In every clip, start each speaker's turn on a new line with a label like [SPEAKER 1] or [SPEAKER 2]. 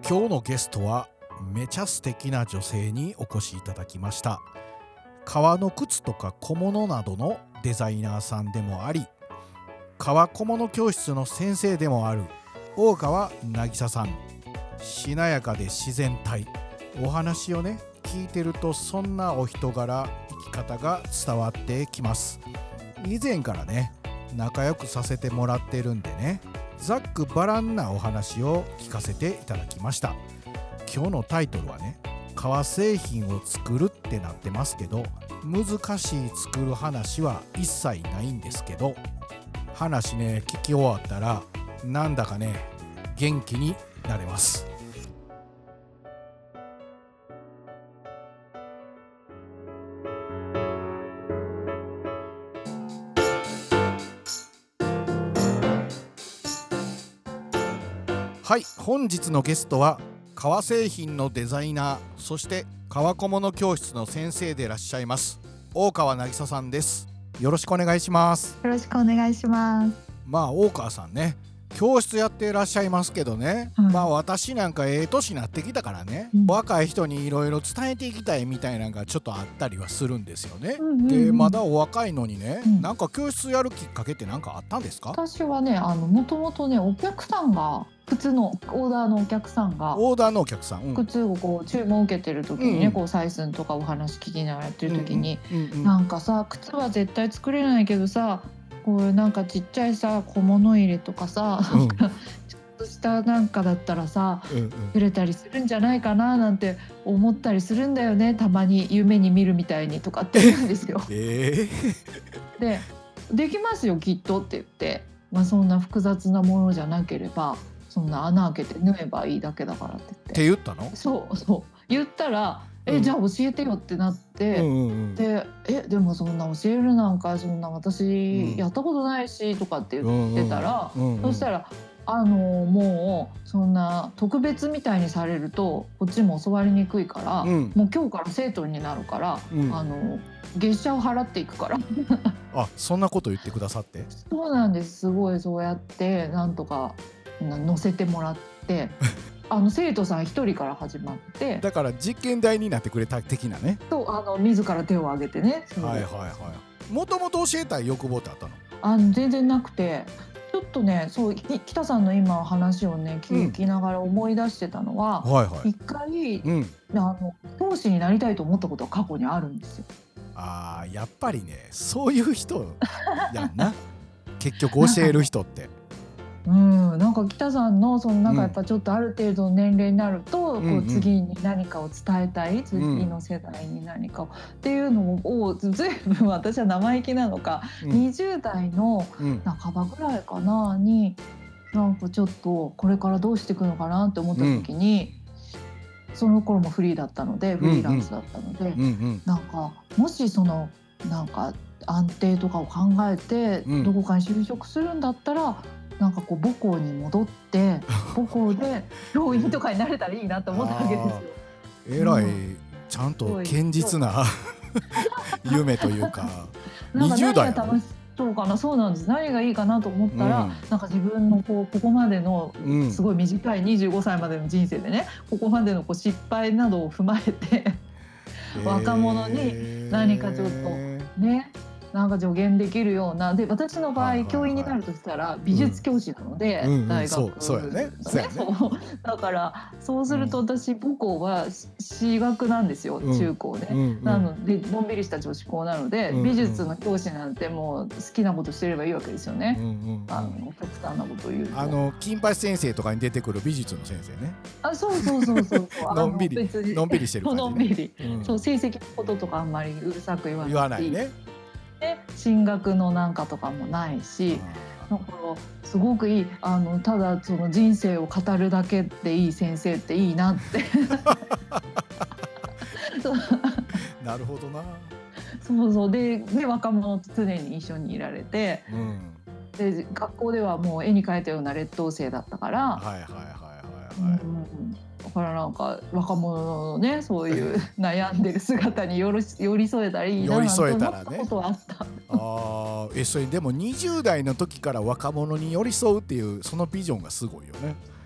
[SPEAKER 1] 今日のゲストはめちゃ素敵な女性にお越しいただきました。革の靴とか小物などのデザイナーさんでもあり、革小物教室の先生でもある大川渚さん。しなやかで自然体。お話をね聞いてるとそんなお人柄、生き方が伝わってきます。以前からね仲良くさせてもらってるんでね、ざっくばらんなお話を聞かせていただきました。今日のタイトルはね、革製品を作るってなってますけど、難しい作る話は一切ないんですけど、話ね聞き終わったらなんだかね元気になれます。はい、本日のゲストは革製品のデザイナー、そして革小物教室の先生でいらっしゃいます大川渚さんです。よろしくお願いします。
[SPEAKER 2] よろしくお願いします。
[SPEAKER 1] 大川さんね、教室やっていらっしゃいますけどね、私なんか年になってきたからね、若い人にいろいろ伝えていきたいみたいなのがちょっとあったりはするんですよね。でまだお若いのにね、なんか教室やるきっかけって何かあったんですか？
[SPEAKER 2] 私はねもともとねお客さんが靴のオーダーのお客さんが靴をこう注文を受けてる時にね、こう採寸とかお話聞きながらやってる時に、なんかさ靴は絶対作れないけどさ、こうなんかちっちゃいさ小物入れとかさ、なんかちょっとしたなんかだったらさ、売れたりするんじゃないかななんて思ったりするんだよね、たまに夢に見るみたいにとかって言うんですよ。できますよきっとって言って、そんな複雑なものじゃなければそんな穴開けて縫えばいいだけだからって
[SPEAKER 1] 言ったの？
[SPEAKER 2] そう言ったら、じゃあ教えてよってなって、ででもそんな教えるなんかそんな私やったことないしとかって言ってたら、そしたらもうそんな特別みたいにされるとこっちも教わりにくいから、もう今日から生徒になるから、月謝を払っていくから
[SPEAKER 1] あ、そんなこと言ってくださって。
[SPEAKER 2] そうなんです。すごいそうやってなんとか乗せてもらって生徒さん一人から始まって、
[SPEAKER 1] だから実験台になってくれた的なね。
[SPEAKER 2] そう自ら手を挙げてね。
[SPEAKER 1] もともと教えたい欲望ってあったの？
[SPEAKER 2] 全然なくて、ちょっとねそう北さんの今話をね聞きながら思い出してたのは、一回、教師になりたいと思ったことが過去にあるんですよ。
[SPEAKER 1] やっぱりねそういう人やんな結局教える人って
[SPEAKER 2] なんか北さんのそのなんかやっぱちょっとある程度の年齢になると、こう次に何かを伝えたい、次の世代に何かをっていうのを随分私は生意気なのか、20代の半ばぐらいかなになんかちょっとこれからどうしていくのかなって思った時に、その頃もフリーだったのでフリーランスだったので、なんかもしそのなんか安定とかを考えてどこかに就職するんだったら、なんかこう母校に戻って母校で教員とかになれたらいいなと思ったわけですよ。
[SPEAKER 1] えらいちゃんと堅実な夢というか20代
[SPEAKER 2] 楽しそうかな。そうなんです。何がいいかなと思ったら、なんか自分のここまでのすごい短い25歳までの人生でね、ここまでの失敗などを踏まえて若者に何かちょっとねなんか助言できるようなで、私の場合教員になるとしたら美術教師なので、大学だからそうすると私母校は私学なんですよ、中高で、なのでのんびりした女子校なので、美術の教師なんてもう好きなことしてればいいわけですよね。極端なことを言うと
[SPEAKER 1] 金八先生とかに出てくる美術の先生ね。
[SPEAKER 2] そう
[SPEAKER 1] のんびりしてる感じね。
[SPEAKER 2] のんびり、そう成績のこととかあんまりうるさく言わない
[SPEAKER 1] ね。
[SPEAKER 2] 進学のなんかとかもないし、だからすごくいいただその人生を語るだけでいい先生っていいなって
[SPEAKER 1] なるほどな。
[SPEAKER 2] そうで若者と常に一緒にいられて、で学校ではもう絵に描いたような劣等生だったから、だからなんか若者のねそういう悩んでる姿に寄り添えたらいいなと思ったことはあった。
[SPEAKER 1] それでも20代の時から若者に寄り添うっていうそのビジョンがすごいよね。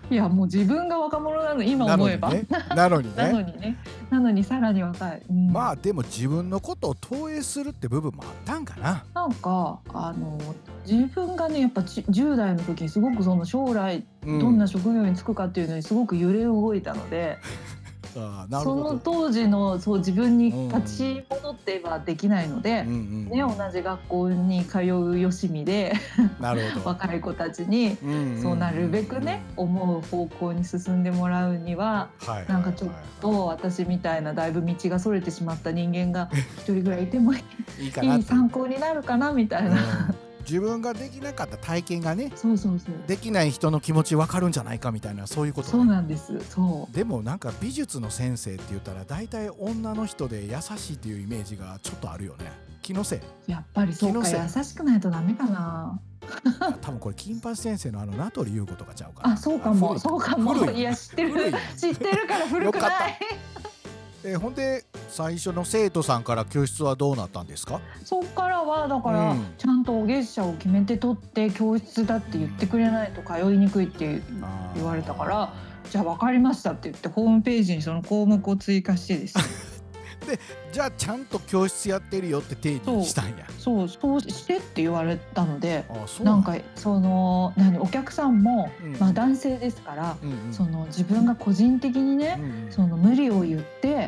[SPEAKER 2] いやもう自分が若者なの今思えば
[SPEAKER 1] なのに
[SPEAKER 2] なの
[SPEAKER 1] ね
[SPEAKER 2] にねなのにさらに若い、
[SPEAKER 1] まあでも自分のことを投影するって部分もあったんかな。
[SPEAKER 2] なんか自分がねやっぱ10代の時にすごくその将来どんな職業に就くかっていうのにすごく揺れ動いたので、その当時のそう自分に立ち戻ってはできないので、ね、同じ学校に通うよしみで
[SPEAKER 1] なるほど
[SPEAKER 2] 若い子たちにそうなるべくね思う方向に進んでもらうには、なんかちょっと私みたいなだいぶ道がそれてしまった人間が一人ぐらいいてもいい参考になるかなみたいな、
[SPEAKER 1] 自分ができなかった体験がね、
[SPEAKER 2] そう
[SPEAKER 1] できない人の気持ち分かるんじゃないかみたいな、そういうこと、ね、
[SPEAKER 2] そうなんです。そう
[SPEAKER 1] でもなんか美術の先生って言ったら大体女の人で優しいっていうイメージがちょっとあるよね。気のせい。
[SPEAKER 2] やっぱりそうか、優しくないとダメかな。
[SPEAKER 1] 多分これ金八先生の名取裕子とかちゃうかな。
[SPEAKER 2] あ、そうかもそうかも。いや知ってるから古くない
[SPEAKER 1] ほんで最初の生徒さんから教室はどうなったんですか？
[SPEAKER 2] そっからはだから、ちゃんと月謝を決めて取って教室だって言ってくれないと通いにくいって言われたから、じゃあ分かりましたって言ってホームページにその項目を追加してですね
[SPEAKER 1] でじゃあちゃんと教室やってるよって定義したんや。
[SPEAKER 2] そうしてって言われたので、なんかそのお客さんも、まあ男性ですから、その自分が個人的にね、その無理を言って、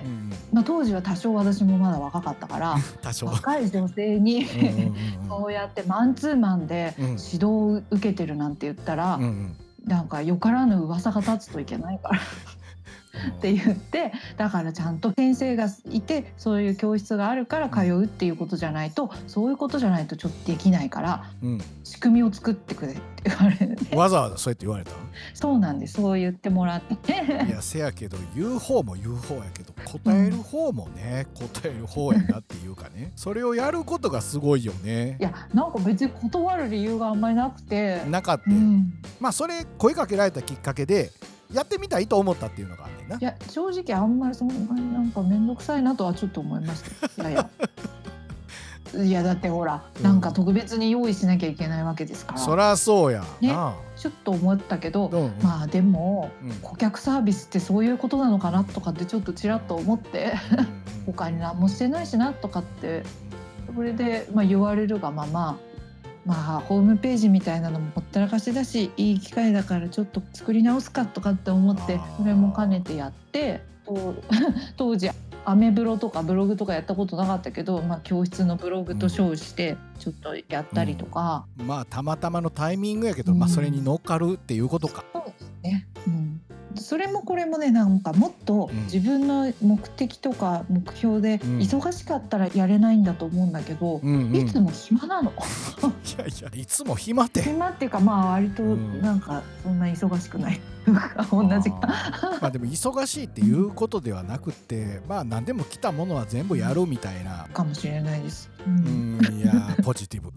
[SPEAKER 2] まあ当時は多少私もまだ若かったから若い女性にそうやってマンツーマンで指導を受けてるなんて言ったら、なんかよからぬ噂が立つといけないからって言って、だからちゃんと先生がいてそういう教室があるから通うっていうことじゃないと、そういうことじゃないとちょっとできないから、仕組みを作ってくれって言われて、
[SPEAKER 1] わざわざそうやって言われたの？
[SPEAKER 2] そうなんです。そう言ってもらって
[SPEAKER 1] いやせやけど言う方も言う方やけど答える方もね、答える方やなっていうかねそれをやることがすごいよね。
[SPEAKER 2] いやなんか別に断る理由があんまりなくて
[SPEAKER 1] なかった、まあそれ声かけられたきっかけでやってみたいと思ったっていうのがあんねんな。
[SPEAKER 2] いや正直あんまりそんなになんか面倒くさいなとはちょっと思いました。いやだってほら、なんか特別に用意しなきゃいけないわけですから。
[SPEAKER 1] そりゃそうや
[SPEAKER 2] ね、ちょっと思ったけど、まあでも、顧客サービスってそういうことなのかなとかってちょっとちらっと思って他に何もしてないしなとかってそれで、まあ、言われるがまま、まあホームページみたいなのもほったらかしだしいい機会だからちょっと作り直すかとかって思ってそれも兼ねてやって当時アメブロとかブログとかやったことなかったけど、まあ、教室のブログと称してちょっとやったりとか、
[SPEAKER 1] まあたまたまのタイミングやけど、まあそれに乗っかるっていうことか。
[SPEAKER 2] そうですね、それもこれもねなんかもっと自分の目的とか目標で忙しかったらやれないんだと思うんだけど、いつも暇なの
[SPEAKER 1] いやいつも暇って
[SPEAKER 2] いうかまあ割となんかそんな忙しくない同じか
[SPEAKER 1] まあでも忙しいっていうことではなくて、まあ何でも来たものは全部やるみたいな
[SPEAKER 2] かもしれないです。
[SPEAKER 1] いやポジティブ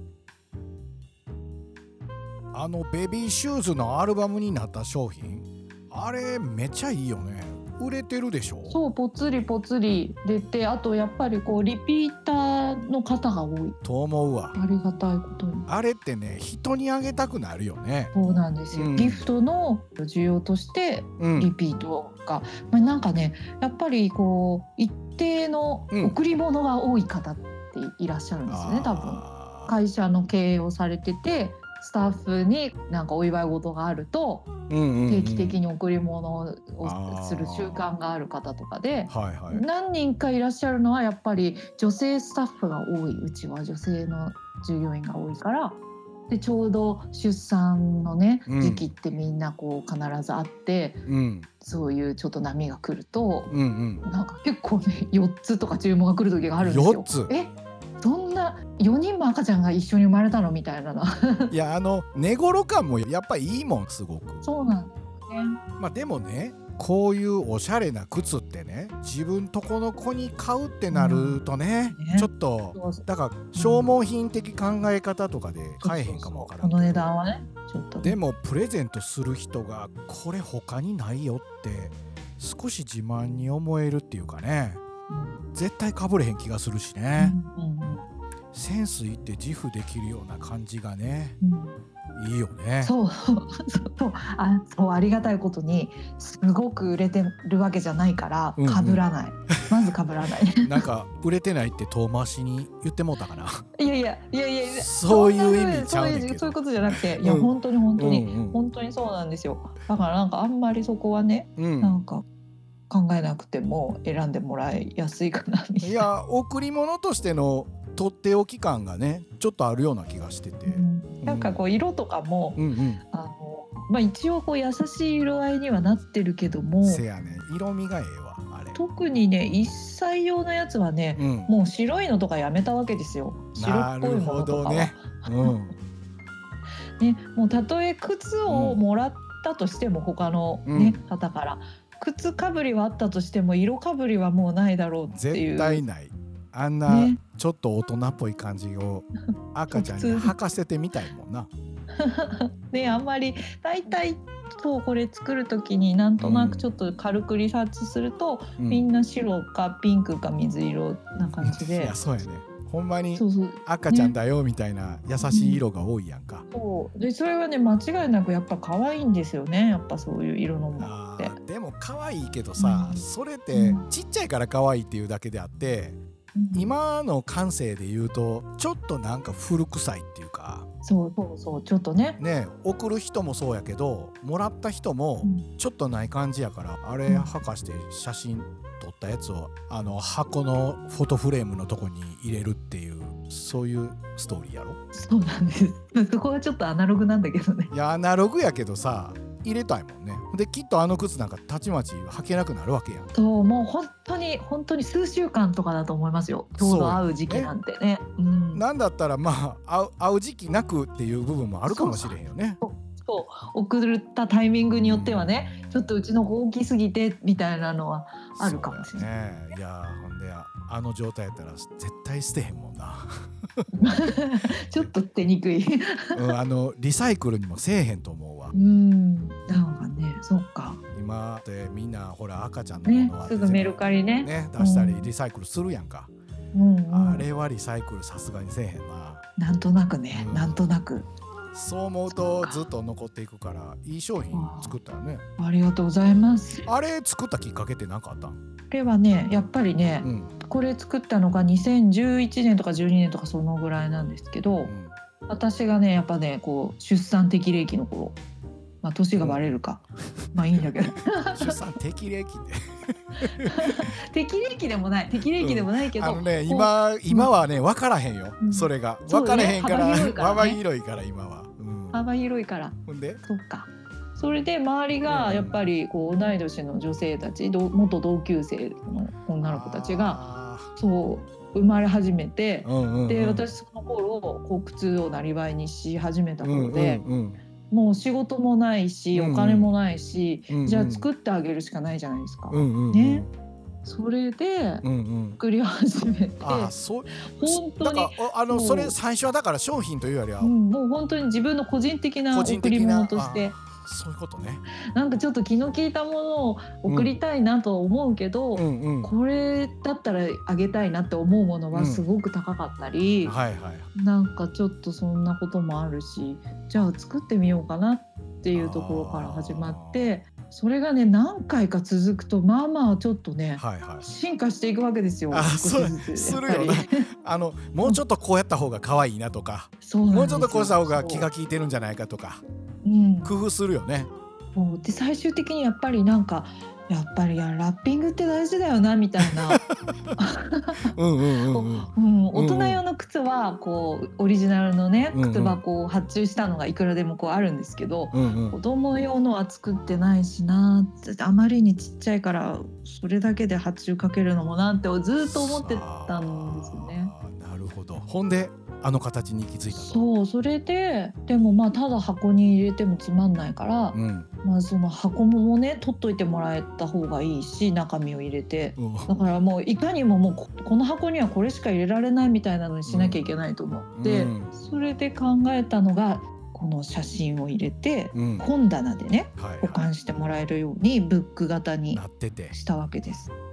[SPEAKER 1] ベビーシューズのアルバムになった商品あれめっちゃいいよね。売れてるでしょ。
[SPEAKER 2] そうぽつりぽつり出て、あとやっぱりこうリピーターの方が多い
[SPEAKER 1] と思うわ。
[SPEAKER 2] ありがたいことに
[SPEAKER 1] あれってね人にあげたくなるよね。
[SPEAKER 2] そうなんですよ、ギフトの需要としてリピートが、まあ、なんかねやっぱりこう一定の贈り物が多い方っていらっしゃるんですよね、多分。会社の経営をされててスタッフになんかお祝い事があると定期的に贈り物をする習慣がある方とかで、何人かいらっしゃるのはやっぱり女性スタッフが多い。うちは女性の従業員が多いからでちょうど出産のね時期ってみんなこう必ずあって、そういうちょっと波が来ると、なんか結構ね4つとか注文が来る時があるんですよ。
[SPEAKER 1] 4つ
[SPEAKER 2] そんな4人も赤ちゃんが一緒に生まれたのみたいない
[SPEAKER 1] や寝頃感もやっぱいいもんすごく。
[SPEAKER 2] そうなんですね。
[SPEAKER 1] まあでもねこういうおしゃれな靴ってね自分とこの子に買うってなるとね、ちょっとだから消耗品的考え方とかで買えへんかもわからんけど、
[SPEAKER 2] この値段はねちょっと
[SPEAKER 1] でもプレゼントする人がこれ他にないよって少し自慢に思えるっていうかね、絶対かぶれへん気がするしね、センスいって自負できるような感じがね、 いいよね。
[SPEAKER 2] そうそうありがたいことにすごく売れてるわけじゃないから被らない、まず被らない
[SPEAKER 1] なんか売れてないって遠回しに言ってもうたかな。
[SPEAKER 2] いや
[SPEAKER 1] そういう意味ちゃうねんけど、
[SPEAKER 2] そういうことじゃなくて、いや本当に本当にそうなんですよ。だからなんかあんまりそこはね、なんか考えなくても選んでもらいやすいかなみたいな。
[SPEAKER 1] いや贈り物としてのとっておき感がねちょっとあるような気がしてて、
[SPEAKER 2] なんかこう色とかも、一応こう優しい色合いにはなってるけども、
[SPEAKER 1] せやね色味がええわあれ。
[SPEAKER 2] 特にね1歳用のやつはね、もう白いのとかやめたわけですよ。白っぽいものとかは。ね、もうたとえ靴をもらったとしても他のね、方から靴かぶりはあったとしても色かぶりはもうないだろうっていう。
[SPEAKER 1] 絶対ない。あんなちょっと大人っぽい感じを赤ちゃんに履かせてみたいもんな
[SPEAKER 2] ね、あんまり大体そうこれ作る時になんとなくちょっと軽くリサーチすると、みんな白かピンクか水色な感じで、
[SPEAKER 1] いやそうやね、ほんまに赤ちゃんだよみたいな優しい色が多いやんか。
[SPEAKER 2] そうでそれはね間違いなくやっぱ可愛いんですよね、やっぱそういう色のものって。
[SPEAKER 1] でも可愛いけどさ、それってちっちゃいから可愛いっていうだけであって、今の感性で言うとちょっとなんか古臭いっていうか、
[SPEAKER 2] そうちょっとね
[SPEAKER 1] 送る人もそうやけどもらった人もちょっとない感じやから、あれはかして写真撮ったやつを箱のフォトフレームのとこに入れるっていう、そういうストーリーやろ。
[SPEAKER 2] そうなんですそこはちょっとアナログなんだけどね。
[SPEAKER 1] いやアナログやけどさ入れたいもんね。できっと靴なんかたちまち履けなくなるわけやん。
[SPEAKER 2] そうもう本当に数週間とかだと思いますよ、ちょうど会う時期なんてね。
[SPEAKER 1] なんだったら会う時期なくっていう部分もあるかもしれへんよね。
[SPEAKER 2] そう送ったタイミングによってはね、ちょっとうちの子大きすぎてみたいなのはあるかもしれない。
[SPEAKER 1] いやほんで状態やったら絶対捨てへんもんな
[SPEAKER 2] ちょっと捨てにくい
[SPEAKER 1] リサイクルにもせえへんと思うわ。
[SPEAKER 2] なんかね、そうか。
[SPEAKER 1] 今ってみんなほら赤ちゃんのものは
[SPEAKER 2] すぐメルカリね
[SPEAKER 1] 出したりリサイクルするやんか。あれはリサイクルさすがにせえへんな。
[SPEAKER 2] なんとなくね、なんとなく。
[SPEAKER 1] そう思うとずっと残っていくからいい商品作ったよね。
[SPEAKER 2] ありがとうございます。
[SPEAKER 1] あれ作ったきっかけって何かあったん？
[SPEAKER 2] これはねやっぱりね、これ作ったのが2011年とか12年とかそのぐらいなんですけど、私がねやっぱねこう出産適齢期の頃、年がバレるか、いいんだけど
[SPEAKER 1] 出産適齢期で
[SPEAKER 2] 適齢期でもないけど、
[SPEAKER 1] 今はね分からへんよ、それが分からへんから幅広いから今は、
[SPEAKER 2] 幅広いから。
[SPEAKER 1] ほんで
[SPEAKER 2] そっか。それで周りがやっぱりこう同い年の女性たち、元同級生の女の子たちがそう生まれ始めて、で私その頃こう靴をなりわいにし始めた頃で、もう仕事もないしお金もないし、じゃあ作ってあげるしかないじゃないですか。ね。それで作り始めて、本当に
[SPEAKER 1] それ最初はだから商品というよりは、
[SPEAKER 2] もう本当に自分の個人的な贈り物として。
[SPEAKER 1] そういうことね。
[SPEAKER 2] なんかちょっと気の利いたものを送りたいなと思うけど、これだったらあげたいなって思うものはすごく高かったり、なんかちょっとそんなこともあるし、じゃあ作ってみようかなっていうところから始まって、それがね何回か続くとちょっとね、進化していくわけですよ。
[SPEAKER 1] するよなもうちょっとこうやった方が可愛いなとか、もうちょっとこうした方が気が利いてるんじゃないかとか、工夫するよね。
[SPEAKER 2] で最終的にやっぱりラッピングって大事だよなみたいな大人用の靴はこうオリジナルのね靴箱を発注したのがいくらでもこうあるんですけど、子供用のは作ってないしな、あまりにちっちゃいからそれだけで発注かけるのもなってずっと思ってたんですよね。
[SPEAKER 1] なるほど。ほんで形に行き着いたと。
[SPEAKER 2] それででもただ箱に入れてもつまんないから、その箱もね取っといてもらえた方がいいし、中身を入れて、だからもういかにもこの箱にはこれしか入れられないみたいなのにしなきゃいけないと思って、それで考えたのがこの写真を入れて、本棚でね、保管してもらえるようにブック型にしたわけです。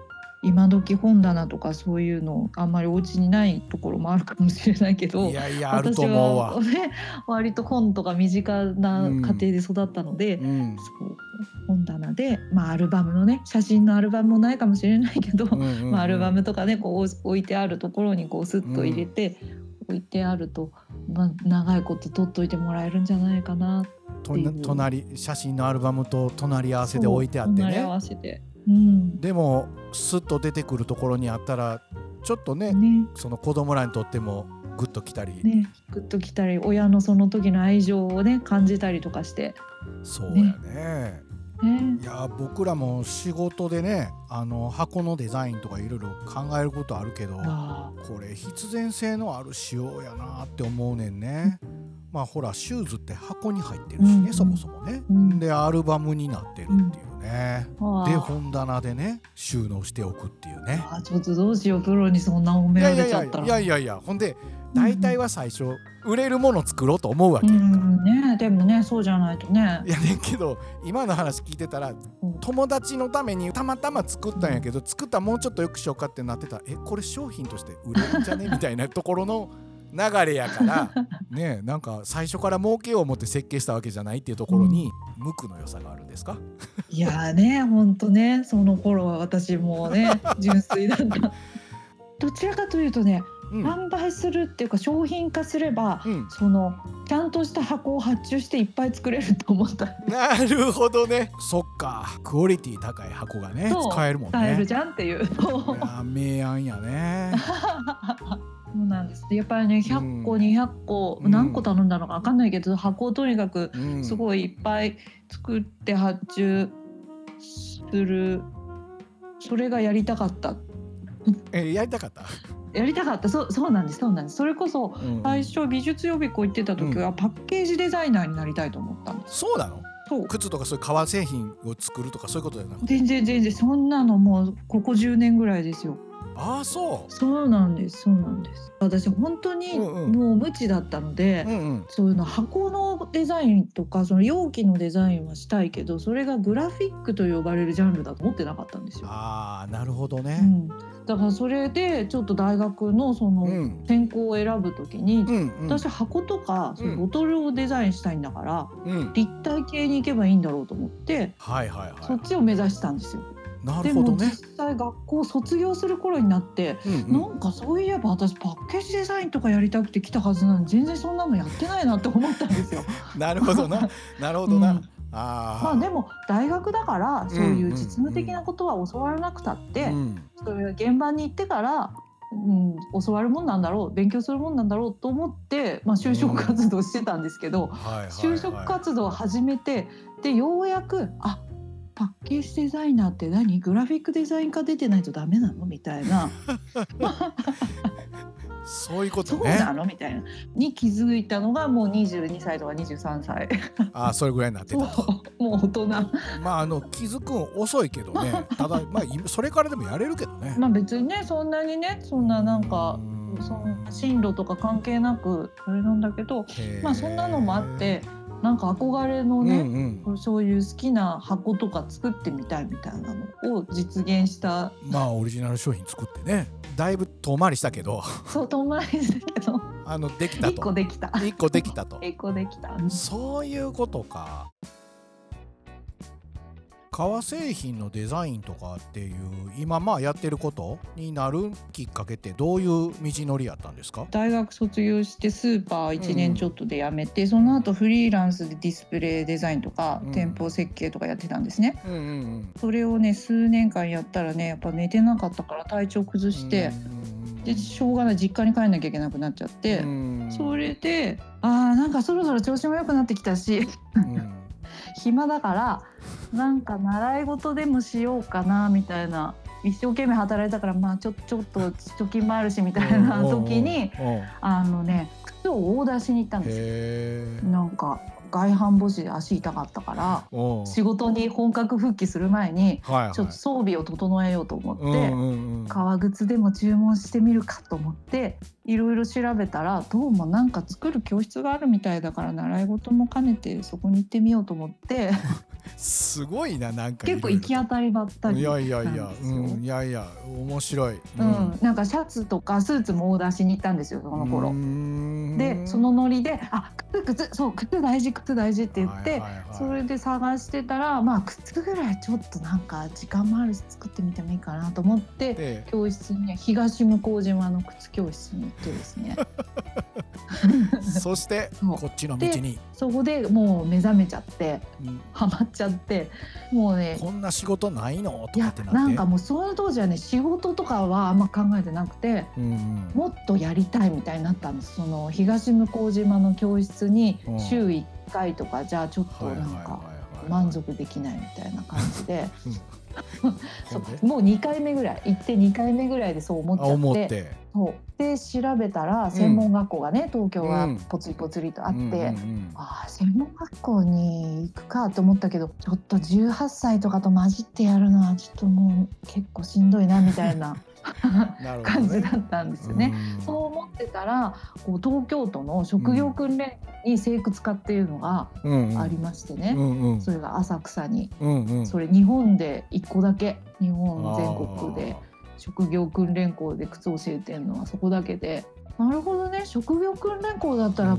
[SPEAKER 2] 今時本棚とかそういうのあんまりお家にないところもあるかもしれないけど、
[SPEAKER 1] いやいやあると思うわ。
[SPEAKER 2] 私はね割と本とか身近な家庭で育ったので、
[SPEAKER 1] うん
[SPEAKER 2] そう本棚で、アルバムのね写真のアルバムもないかもしれないけど、アルバムとかねこう置いてあるところにこうスッと入れて、置いてあると、長いこと撮っといてもらえるんじゃないかなっていう。
[SPEAKER 1] 写真のアルバムと隣り合わせで置いてあってね。
[SPEAKER 2] 隣り合わせで、
[SPEAKER 1] でもスッと出てくるところにあったらちょっとねその子供らにとってもグッときたり、
[SPEAKER 2] グッときたり、親のその時の愛情をね感じたりとかして。
[SPEAKER 1] そうやね。いや僕らも仕事でね箱のデザインとかいろいろ考えることあるけど、これ必然性のある仕様やなって思うねんね。ほらシューズって箱に入ってるしね、そもそもね、でアルバムになってるっていうね、で本棚でね収納しておくっていうね。
[SPEAKER 2] ちょっとどうしよう、プロにそんな褒められちゃったら。
[SPEAKER 1] いやほんで大体は最初売れるもの作ろうと思うわけやんか。
[SPEAKER 2] でもねそうじゃないとね。
[SPEAKER 1] いやねんけど今の話聞いてたら、友達のためにたまたま作ったんやけど、作ったらもうちょっとよくしようかってなってたら、これ商品として売れるんじゃねみたいなところの流れやからね、なんか最初から儲けよう思って設計したわけじゃないっていうところに無垢の良さがあるんですか。
[SPEAKER 2] いやねほんとね、その頃は私もね純粋だった。どちらかというとね、販売するっていうか商品化すれば、そのちゃんとした箱を発注していっぱい作れると思った。
[SPEAKER 1] なるほどね。そっか、クオリティ高い箱がね使えるもんね。
[SPEAKER 2] 使えるじゃんっていう。
[SPEAKER 1] 明暗やね。
[SPEAKER 2] そうなんです。やっぱりね100個200個、何個頼んだのか分かんないけど、箱をとにかくすごいいっぱい作って発注する、それがやりたかった。
[SPEAKER 1] やりたかった。
[SPEAKER 2] そうなんです。それこそ最初美術予備校行ってた時はパッケージデザイナーになりたいと思ったんです。
[SPEAKER 1] そうなの？靴とかそういう革製品を作るとかそういうことじゃなくて。
[SPEAKER 2] 全然そんなのもうここ10年ぐらいですよ。そうなんです。私本当にもう無知だったので、そういうの箱のデザインとかその容器のデザインはしたいけど、それがグラフィックと呼ばれるジャンルだと思ってなかったんですよ。
[SPEAKER 1] なるほどね。
[SPEAKER 2] だからそれでちょっと大学のその専攻を選ぶときに、私箱とかそのボトルをデザインしたいんだから、立体系に行けばいいんだろうと思って、そっちを目指したんですよ。でも実際学校を卒業する頃になって、なんかそういえば私パッケージデザインとかやりたくて来たはずなのに全然そんなのやってないなって思ったんですよ。
[SPEAKER 1] なるほどな。
[SPEAKER 2] でも大学だからそういう実務的なことは教わらなくたって、それ現場に行ってから、教わるもんなんだろう、勉強するもんなんだろうと思って、就職活動してたんですけど、就職活動を始めて、でようやくパッケージデザイナーって何？グラフィックデザイン科出てないとダメなの？みたいな。
[SPEAKER 1] そういうことね。
[SPEAKER 2] そうなのみたいなに気づいたのがもう22歳とか23歳。
[SPEAKER 1] それぐらいになってたと。
[SPEAKER 2] もう大人。
[SPEAKER 1] 気づくん遅いけどね。ただそれからでもやれるけどね。
[SPEAKER 2] 別にねそんなにねそんななんかその進路とか関係なくあれなんだけど、そんなのもあって。なんか憧れのね、そういう好きな箱とか作ってみたいみたいなのを実現した。
[SPEAKER 1] オリジナル商品作ってね、だいぶ遠回りしたけど。
[SPEAKER 2] そう遠回りしたけど。
[SPEAKER 1] できたと。
[SPEAKER 2] 1個できた。
[SPEAKER 1] 1個できたと。
[SPEAKER 2] 1個できた。
[SPEAKER 1] そういうことか。革製品のデザインとかっていう今やってることになるきっかけってどういう道のりやったんですか？
[SPEAKER 2] 大学卒業してスーパー1年ちょっとで辞めて、その後フリーランスでディスプレイデザインとか、店舗設計とかやってたんですね。それをね数年間やったらね、やっぱ寝てなかったから体調崩して、でしょうがない実家に帰んなきゃいけなくなっちゃって、それでなんかそろそろ調子も良くなってきたし、暇だからなんか習い事でもしようかなみたいな、一生懸命働いたからちょっと貯金もあるしみたいな時に靴をオーダーしに行ったんですよ。なんか外反母趾で足痛かったから仕事に本格復帰する前にちょっと装備を整えようと思って革靴でも注文してみるかと思っていろいろ調べたらどうもなんか作る教室があるみたいだから習い事も兼ねてそこに行ってみようと思って
[SPEAKER 1] すごいな、なんか
[SPEAKER 2] 結構行き当たりばったりなんですよ。
[SPEAKER 1] いやいや面白い、
[SPEAKER 2] なんかシャツとかスーツもオーダーしに行ったんですよその頃で、そのノリで靴大事って言って、それで探してたら靴ぐらいちょっとなんか時間もあるし作ってみてもいいかなと思って教室に東向島の靴教室に行ってですね
[SPEAKER 1] そしてこっちの道に
[SPEAKER 2] そこでもう目覚めちゃって、ハマっちゃってもうね
[SPEAKER 1] こんな仕事ないのとかってなって、
[SPEAKER 2] なんかもうその当時はね仕事とかはあんま考えてなくて、もっとやりたいみたいになったんです。その東向島の教室に週1回とかじゃあちょっとなんか満足できないみたいな感じでもう2回目ぐらい行って2回目ぐらいでそう思っちゃってそうで調べたら専門学校がね、東京はポツリポツリとあって、専門学校に行くかと思ったけどちょっと18歳とかと混じってやるのはちょっともう結構しんどいなみたいな感じだったんですよね。そう思ってたらこう東京都の職業訓練に生靴科っていうのがありましてね、それが浅草に、それ日本で1個だけ、日本全国で職業訓練校で靴を教えてるのはそこだけで、なるほどね、職業訓練校だったら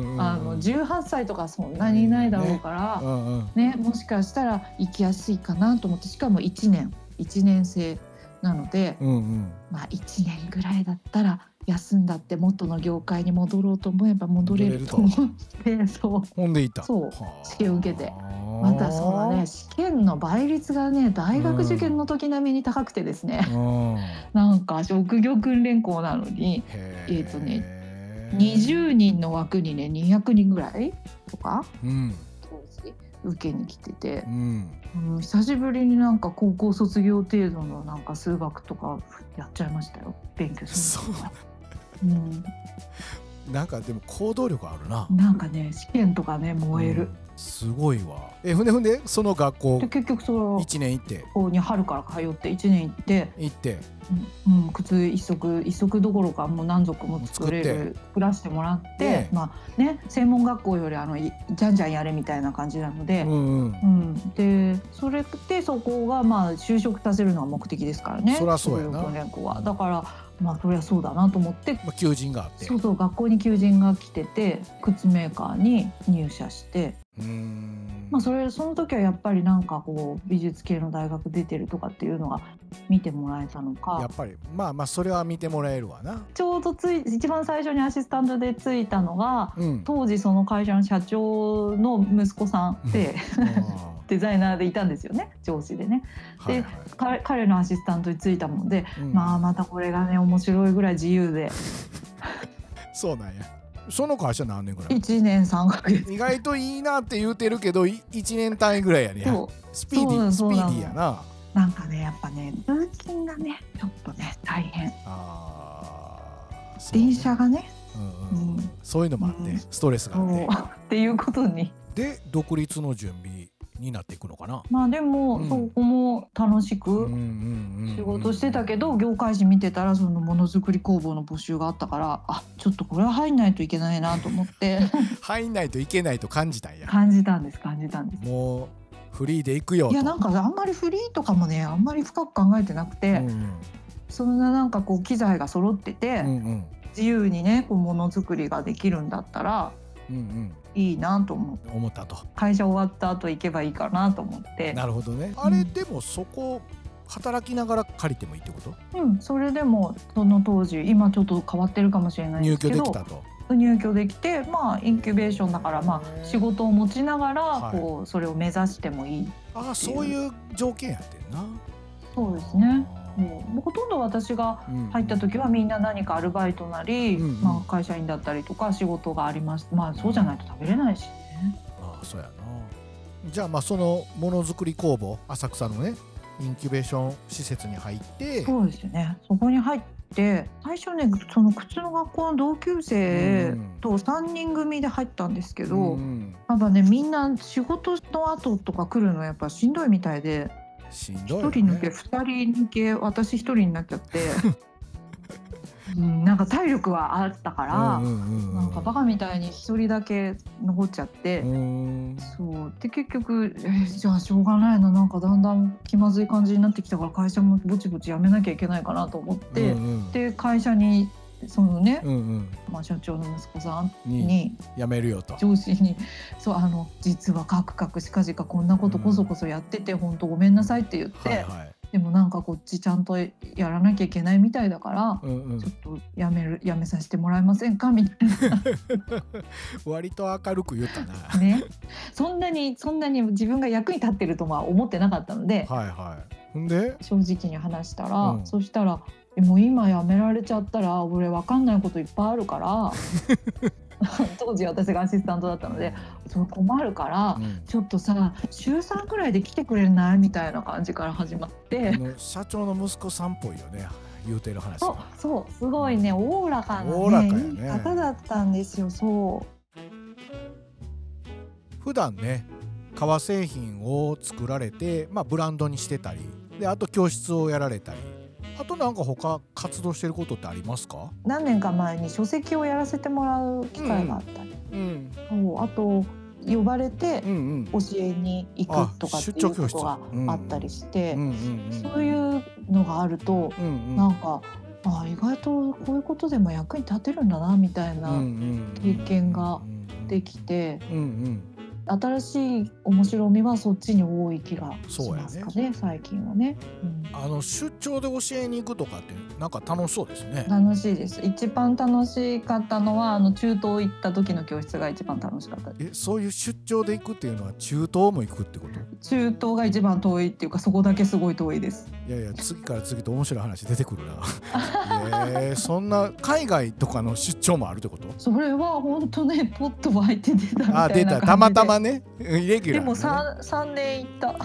[SPEAKER 2] 18歳とかそんなにいないだろうからね、もしかしたら行きやすいかなと思って、しかも1年生なので、1年ぐらいだったら休んだって元の業界に戻ろうと思えば戻れると思って
[SPEAKER 1] ほんでいた
[SPEAKER 2] そう試験を受けて、またそうだね、試験の倍率がね大学受験の時並みに高くてですね、なんか職業訓練校なのに20人の枠にね200人ぐらいとか、当時受けに来てて、久しぶりになんか高校卒業程度のなんか数学とかやっちゃいましたよ、勉強するのとか。
[SPEAKER 1] なんかでも行動力あるな。
[SPEAKER 2] なんかね試験とかね燃える、
[SPEAKER 1] すごいわ。ふんでその学校
[SPEAKER 2] で結局その
[SPEAKER 1] 1年行って
[SPEAKER 2] ここに春から通って1年行って靴一足どころかもう何足も作らせてもらって、専門学校よりじゃんじゃんやれみたいな感じなので、でそれでそこが就職させるのが目的ですからね。
[SPEAKER 1] そりゃそうやな。
[SPEAKER 2] 訓練校はだからそりゃそうだなと思って、
[SPEAKER 1] 求人があって、
[SPEAKER 2] そう学校に求人が来てて靴メーカーに入社して。その時はやっぱりなんかこう美術系の大学出てるとかっていうのが見てもらえたのか、
[SPEAKER 1] やっぱりそれは見てもらえるわな。
[SPEAKER 2] ちょうど一番最初にアシスタントでついたのが、当時その会社の社長の息子さんでデザイナーでいたんですよね、上司でね。で、彼のアシスタントについたもんで、またこれがね面白いぐらい自由で
[SPEAKER 1] そうなんや。その会社何年ぐらい
[SPEAKER 2] ？1年3ヶ月。
[SPEAKER 1] 意外といいなって言うてるけど1年単位ぐらいやね。スピーディーやな。
[SPEAKER 2] なんかねやっぱね通勤がねちょっとね大変。電車がね、
[SPEAKER 1] そういうのもあって、ストレスがあって
[SPEAKER 2] っていうことに
[SPEAKER 1] で独立の準備になっていくのかな。
[SPEAKER 2] でも、そこも楽しく仕事してたけど、業界誌見てたらそのものづくり工房の募集があったから、ちょっとこれは入んないといけないなと思って
[SPEAKER 1] 入んないといけないと感じたんや。
[SPEAKER 2] 感じたんです。
[SPEAKER 1] もうフリーで行くよと。
[SPEAKER 2] いやなんかあんまりフリーとかもねあんまり深く考えてなくて、そんななんかこう機材が揃ってて、自由にねこうものづくりができるんだったらいいなと思
[SPEAKER 1] ったと。
[SPEAKER 2] 会社終わった後行けばいいかなと思って。
[SPEAKER 1] なるほどね。あれでもそこ働きながら借りてもいいってこと？
[SPEAKER 2] それでもその当時、今ちょっと変わってるかもしれないんですけど、
[SPEAKER 1] 入居できたと。
[SPEAKER 2] 入居できて、インキュベーションだから仕事を持ちながらこうそれを目指してもいい。
[SPEAKER 1] そういう条件やってんな。
[SPEAKER 2] そうですね。もうほとんど私が入った時はみんな何かアルバイトなり、会社員だったりとか仕事がありまして、そうじゃないと食べれないしね。
[SPEAKER 1] そうやな。じゃあそのものづくり工房浅草のねインキュベーション施設に入って。
[SPEAKER 2] そうですよね。そこに入っで最初ねその靴の学校の同級生と3人組で入ったんですけど、やっぱねみんな仕事の後とか来るのやっぱしんどいみたいで、
[SPEAKER 1] しんどい
[SPEAKER 2] 1人抜け2人抜け私1人になっちゃってなんか体力はあったから、なんかバカみたいに1人だけ残っちゃって、そうで結局じゃあしょうがないな、なんかだんだん気まずい感じになってきたから会社もぼちぼち辞めなきゃいけないかなと思って、で会社にそのね、社長の息子さんに
[SPEAKER 1] 辞めるよと
[SPEAKER 2] 上司にそう実はカクカクしかじかこんなことこそこそやってて本当ごめんなさいって言って、でもなんかこっちちゃんとやらなきゃいけないみたいだから、ちょっとやめさせてもらえませんかみたいな
[SPEAKER 1] 割と明るく言ったな
[SPEAKER 2] ね、そんなに自分が役に立ってるとは思ってなかったので、
[SPEAKER 1] で
[SPEAKER 2] 正直に話したら、そしたらもう今辞められちゃったら俺分かんないこといっぱいあるから当時私がアシスタントだったのでそう困るから、ちょっとさ週3くらいで来てくれないみたいな感じから始まって、
[SPEAKER 1] 社長の息子さんっぽいよね言うてる話が。
[SPEAKER 2] そうすごいねおおらかなねいい方だったんですよ。そう
[SPEAKER 1] 普段ね革製品を作られて、ブランドにしてたりで、あと教室をやられたり、あとなんか他活動してることってありますか？
[SPEAKER 2] 何年か前に書籍をやらせてもらう機会があったり、あと呼ばれて教えに行くとかっていうことがあったりして、そういうのがあると、なんか意外とこういうことでも役に立てるんだなみたいな経験ができて、新しい面白みはそっちに多い気がしますかね、最近はね。
[SPEAKER 1] 出張で教えに行くとかってなんか楽しそうですね。
[SPEAKER 2] 楽しいです。一番楽しかったのは中東行った時の教室が一番楽しかったです。
[SPEAKER 1] そういう出張で行くっていうのは中東も行くってこと？
[SPEAKER 2] 中東が一番遠いっていうかそこだけすごい遠いです。
[SPEAKER 1] いや次から次と面白い話出てくるなそんな海外とかの出張もあるってこと？
[SPEAKER 2] それは本当ねポッと湧いて出たみたいな感じで。
[SPEAKER 1] 出たたまたまねイレギュラー、ね、
[SPEAKER 2] でも 3年行った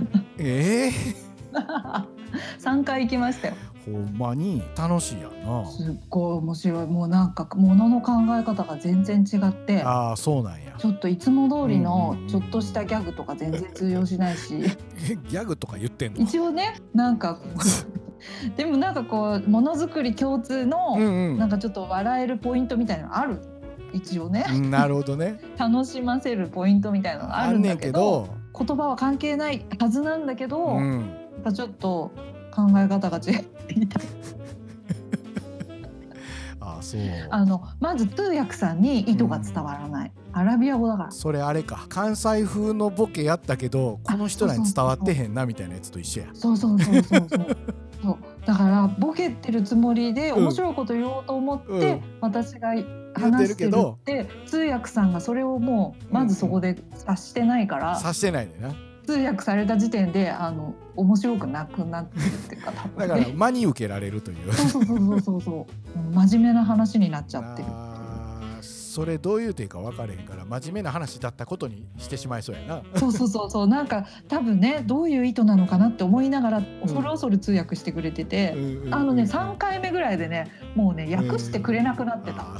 [SPEAKER 2] 3回行きましたよ。
[SPEAKER 1] ほんまに楽しいやんな。
[SPEAKER 2] すっごい面白い。もうなんか物の考え方が全然違って、
[SPEAKER 1] そうなんや。
[SPEAKER 2] ちょっといつも通りのちょっとしたギャグとか全然通用しないし
[SPEAKER 1] ギャグとか言ってんの？
[SPEAKER 2] 一応ねなんかでもなんかこうものづくり共通のなんかちょっと笑えるポイントみたいなのある一応ね
[SPEAKER 1] なるほどね
[SPEAKER 2] 楽しませるポイントみたいなのがあるんだけど、言葉は関係ないはずなんだけど、ちょっと考え方が違っていた
[SPEAKER 1] そう
[SPEAKER 2] まず通訳さんに意図が伝わらない、アラビア語だから。
[SPEAKER 1] それあれか、関西風のボケやったけどこの人らに伝わってへんなみたいなやつと一緒や。
[SPEAKER 2] そうそうだからボケてるつもりで面白いこと言おうと思って、私が話してるって通訳さんがそれをもうまずそこで察してないから、
[SPEAKER 1] 察してないねんな。
[SPEAKER 2] 通訳された時点で面白くなくなってるっていうか、多分ね、
[SPEAKER 1] だから真に受けられるという
[SPEAKER 2] そう真面目な話になっちゃってる。
[SPEAKER 1] それどういうていいか分かれへんから真面目な話だったことにしてしまいそうやな。
[SPEAKER 2] そうなんか多分ねどういう意図なのかなって思いながら恐る恐る通訳してくれてて、3回目ぐらいでねもうね訳してくれなくなってた。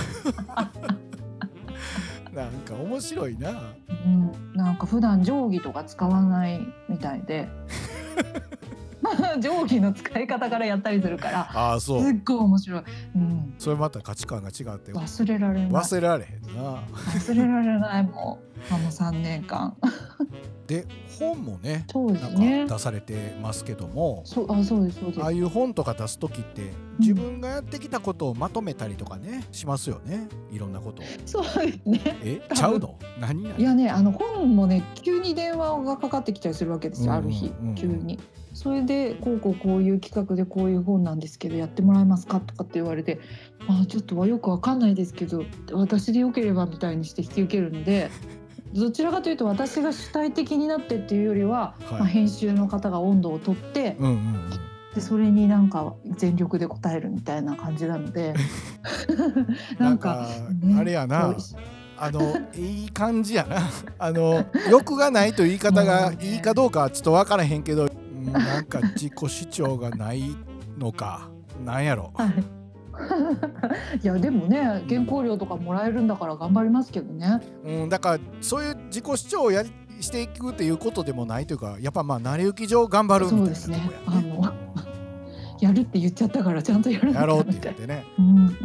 [SPEAKER 1] なんか面白いな。
[SPEAKER 2] なんか普段定規とか使わないみたいで定規の使い方からやったりするからすっごい面白い。
[SPEAKER 1] それまた価値観が違って
[SPEAKER 2] 忘れられない。
[SPEAKER 1] 忘れられへんな。
[SPEAKER 2] 忘れられないもう3年間
[SPEAKER 1] で本もねなんか出されてますけども、
[SPEAKER 2] そうです
[SPEAKER 1] ああいう本とか出す時って自分がやってきたことをまとめたりとかねしますよね、いろんなことを。
[SPEAKER 2] そうですね。
[SPEAKER 1] ちゃうの？何？
[SPEAKER 2] いやね本もね急に電話がかかってきたりするわけですよ、ある日急に。それでこういう企画でこういう本なんですけどやってもらえますかとかって言われて、ちょっとはよくわかんないですけど私でよければみたいにして引き受けるのでどちらかというと私が主体的になってっていうよりは、編集の方が温度をとって、でそれになんか全力で答えるみたいな感じなので
[SPEAKER 1] なんか、ね、あれやな、いい感じやな。欲がないという言い方がいいかどうかはちょっと分からへんけど、なんか自己主張がないのかなんやろ、
[SPEAKER 2] はい。いやでもね、原稿料とかもらえるんだから頑張りますけどね。
[SPEAKER 1] だからそういう自己主張をしていくっていうことでもないというか、やっぱまあ成り行き上頑張るみたいなとこやね。
[SPEAKER 2] やるって言っちゃったからちゃんとやるんだ
[SPEAKER 1] やろうって言ってね、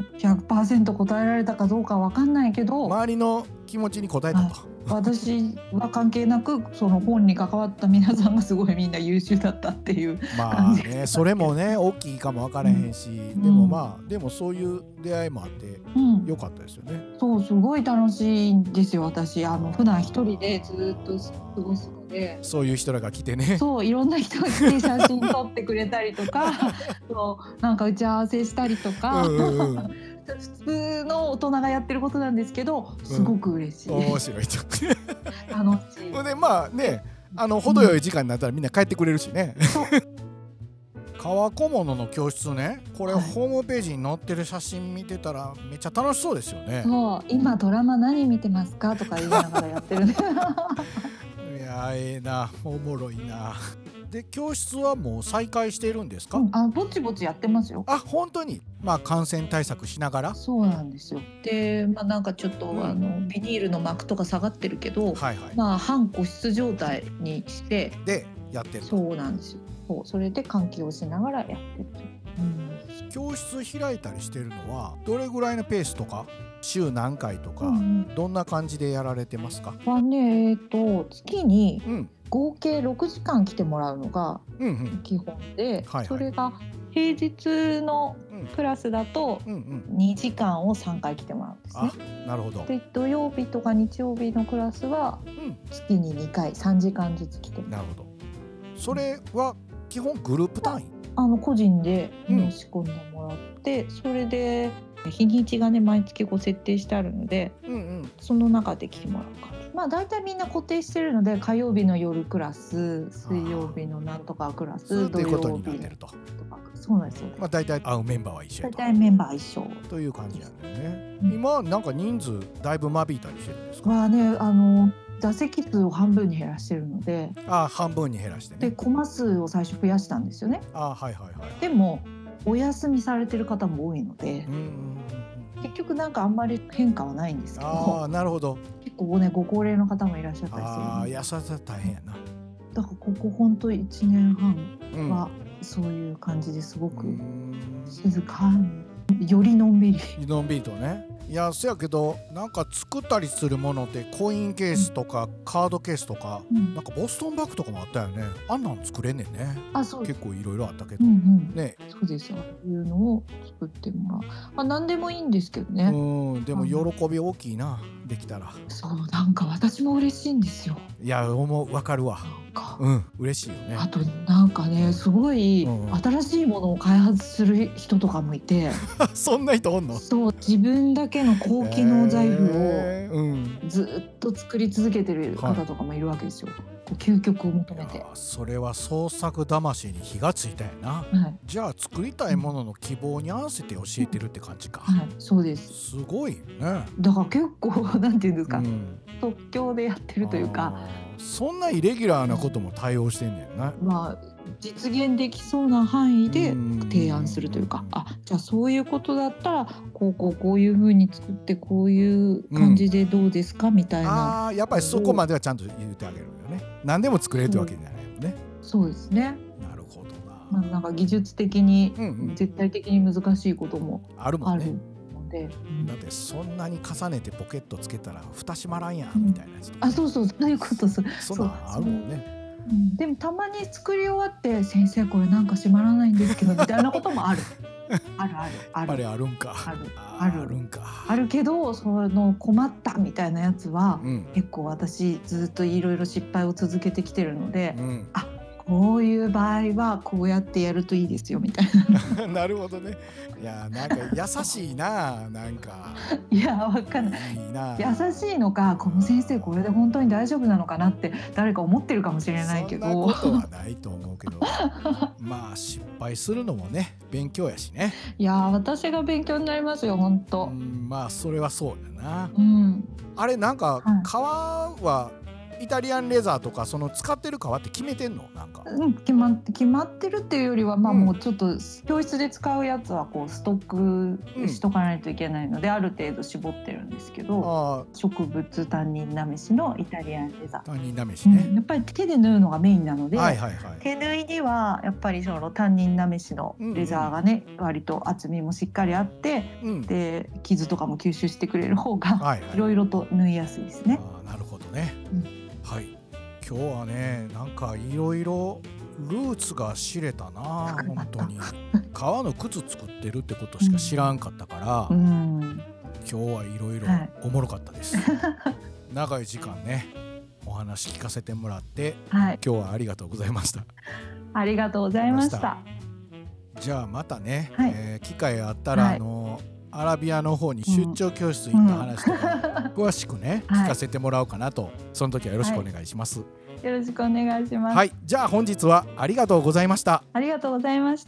[SPEAKER 2] 100% 答えられたかどうかわかんないけど、
[SPEAKER 1] 周りの気持ちに応えたと。
[SPEAKER 2] 私は関係なくその本に関わった皆さんがすごいみんな優秀だったっていう感じ。
[SPEAKER 1] ね、それもね大きいかも分からへんし、でもでもそういう出会いもあってよかったですよね。
[SPEAKER 2] そうすごい楽しいんですよ。私普段一人でずっと過ごすので、
[SPEAKER 1] そういう人らが来てね、
[SPEAKER 2] そういろんな人が来て写真撮ってくれたりとかそうなんか打ち合わせしたりとか普通の大人がやってることなんですけど、すごく嬉しい、
[SPEAKER 1] 面白いと
[SPEAKER 2] 楽しい
[SPEAKER 1] でまあね、程よい時間になったらみんな帰ってくれるしね。革小物の教室ね、これホームページに載ってる写真見てたらめっちゃ楽しそうですよね。
[SPEAKER 2] そう今ドラマ何見てますかとか言いながらやってるね。
[SPEAKER 1] いやええな、おもろいな。で教室はもう再開しているんですか？
[SPEAKER 2] ぼちぼちやってますよ。
[SPEAKER 1] 本当に感染対策しながら。
[SPEAKER 2] そうなんですよ。でなんかちょっと、ビニールの膜とか下がってるけど、半個室状態にして
[SPEAKER 1] でやってる。
[SPEAKER 2] そうなんですよ。それで換気をしながらやってる。
[SPEAKER 1] 教室開いたりしてるのはどれぐらいのペースとか、週何回とか、どんな感じでやられてますか？
[SPEAKER 2] 月に合計6時間来てもらうのが基本で、それが平日のクラスだと2時間を3回来てもらうんですね。
[SPEAKER 1] なるほど。
[SPEAKER 2] で土曜日とか日曜日のクラスは月に2回3時間ずつ来てもらう。
[SPEAKER 1] なるほど。それは基本グループ単位？
[SPEAKER 2] 個人で申し込んでもらって、それで日にちがね毎月設定してあるので、その中で来てもらう感じ。だいたいみんな固定してるので、火曜日の夜クラス、水曜日のなんとかクラス、土曜日とか。そうなんですよ。
[SPEAKER 1] だいたい会うメンバーは一緒。
[SPEAKER 2] だいたいメンバー一緒
[SPEAKER 1] という感じなんだよね。今なんか人数だいぶ間引いたりしてるんですか？
[SPEAKER 2] 座席数を半分に減らしてるので。
[SPEAKER 1] 半分に減らしてね。
[SPEAKER 2] でコマ数を最初増やしたんですよね。でもお休みされてる方も多いので、結局なんかあんまり変化はないんですけど。
[SPEAKER 1] なるほど。
[SPEAKER 2] 結構ねご高齢の方もいらっしゃったりするので。
[SPEAKER 1] それは大変やな。
[SPEAKER 2] だからここほんと1年半はそういう感じですごく静かに、よりのんびり
[SPEAKER 1] とね。いやそやけどなんか作ったりするものってコインケースとかカードケースとか、なんかボストンバッグとかもあったよね。あんなん作れんねんね。結構いろいろあったけど、ね。
[SPEAKER 2] そうですよ。そういうのを作ってもらう。何でもいいんですけどね。
[SPEAKER 1] でも喜び大きいな、できたら。
[SPEAKER 2] そうなんか私も嬉しいんですよ。
[SPEAKER 1] いやわかるわ。嬉しいよね。
[SPEAKER 2] あとなんかねすごい新しいものを開発する人とかもいて。
[SPEAKER 1] そんな人おんの？
[SPEAKER 2] そう自分だけの高機能財布をずっと作り続けてる方とかもいるわけですよ。究極を求めて。
[SPEAKER 1] それは創作魂に火がついたよな。じゃあ作りたいものの希望に合わせて教えてるって感じか。
[SPEAKER 2] そうです。
[SPEAKER 1] すごいね。
[SPEAKER 2] だから結構なんていうんですか、即興でやってるというか。
[SPEAKER 1] そんなイレギュラーなことも対応してんねんな。
[SPEAKER 2] 実現できそうな範囲で提案するというか、じゃあそういうことだったらこういう風に作ってこういう感じでどうですかみたいな。
[SPEAKER 1] やっぱりそこまではちゃんと言ってあげるよね。何でも作れるってわけじゃないもんね。
[SPEAKER 2] そうですね。
[SPEAKER 1] なるほどな。
[SPEAKER 2] なんか技術的に絶対的に難しいことも
[SPEAKER 1] あるもんね。
[SPEAKER 2] だ
[SPEAKER 1] ってそんなに重ねてポケットつけたら蓋閉まらんやんみたいなやつとか。
[SPEAKER 2] そういうこと。そ
[SPEAKER 1] んなんあるもんね。
[SPEAKER 2] でもたまに作り終わって先生これなんか閉まらないんですけどみたいなこともある。ある。
[SPEAKER 1] あるんか。
[SPEAKER 2] あるけどその困ったみたいなやつは、結構私ずっといろいろ失敗を続けてきてるので、こういう場合はこうやってやるといいですよみたいな。
[SPEAKER 1] なるほどね。いやなんか優しいな。なんか
[SPEAKER 2] いやわかんない。優しいのかこの先生これで本当に大丈夫なのかなって誰か思ってるかもしれないけど。
[SPEAKER 1] そんなことはないと思うけど失敗するのもね勉強やしね。
[SPEAKER 2] いや私が勉強になりますよ本当。
[SPEAKER 1] それはそうだな。
[SPEAKER 2] うん、
[SPEAKER 1] あれなんか、革はイタリアンレザーとかその使ってる革って決めてんの？なんか
[SPEAKER 2] 決まってるっていうよりは、もうちょっと教室で使うやつはこうストックしとかないといけないので、ある程度絞ってるんですけど、植物タンニンなめしのイタリアンレザー、
[SPEAKER 1] タンニンなめしね、
[SPEAKER 2] やっぱり手で縫うのがメインなので、
[SPEAKER 1] はいはいはい、
[SPEAKER 2] 手縫いにはやっぱりそのタンニンなめしのレザーがね、割と厚みもしっかりあって、で傷とかも吸収してくれる方がいろいろと縫いやすいですね。
[SPEAKER 1] なるほどね、はい。今日はね、なんかいろいろルーツが知れたな。本当に革の靴作ってるってことしか知らんかったから、今日はいろいろおもろかったです、長い時間ねお話聞かせてもらって、今日はありがとうございました。
[SPEAKER 2] ありがとうございました。
[SPEAKER 1] じゃあまたね、機会あったら、アラビアの方に出張教室行った話とか、詳しくね聞かせてもらおうかなと。その時はよろしくお願いします。
[SPEAKER 2] よろしくお願いします。
[SPEAKER 1] はい、じゃあ本日はありがとうございました。
[SPEAKER 2] ありがとうございました。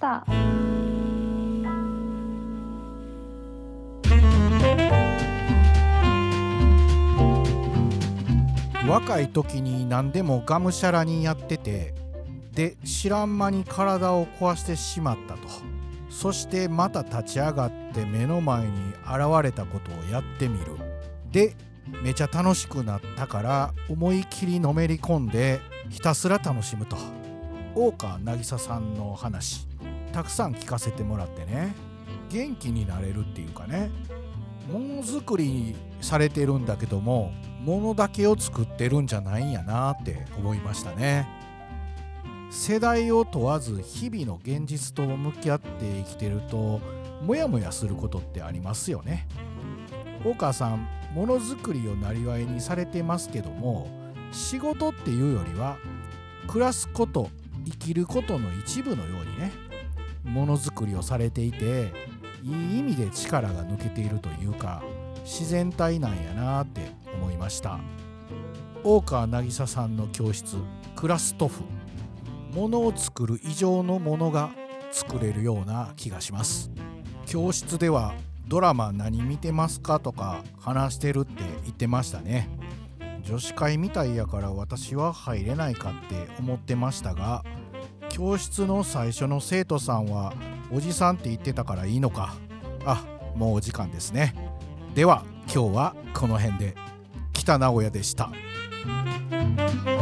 [SPEAKER 1] 若い時に何でもがむしゃらにやってて、で知らん間に体を壊してしまったと。そしてまた立ち上がって目の前に現れたことをやってみる。でめちゃ楽しくなったから思い切りのめり込んでひたすら楽しむと。大川渚さんの話たくさん聞かせてもらってね、元気になれるっていうかね、ものづくりされてるんだけどもものだけを作ってるんじゃないんやなって思いましたね。世代を問わず日々の現実と向き合って生きてるとモヤモヤすることってありますよね。大川さんものづくりをなりわいにされてますけども、仕事っていうよりは暮らすこと、生きることの一部のようにね、ものづくりをされていて、いい意味で力が抜けているというか自然体なんやなって思いました。大川渚さんの教室クラストフ、ものを作る以上のものが作れるような気がします。教室ではドラマ何見てますかとか話してるって言ってましたね。女子会みたいやから私は入れないかって思ってましたが、教室の最初の生徒さんはおじさんって言ってたからいいのか。もうお時間ですね。では今日はこの辺で。北名古屋でした。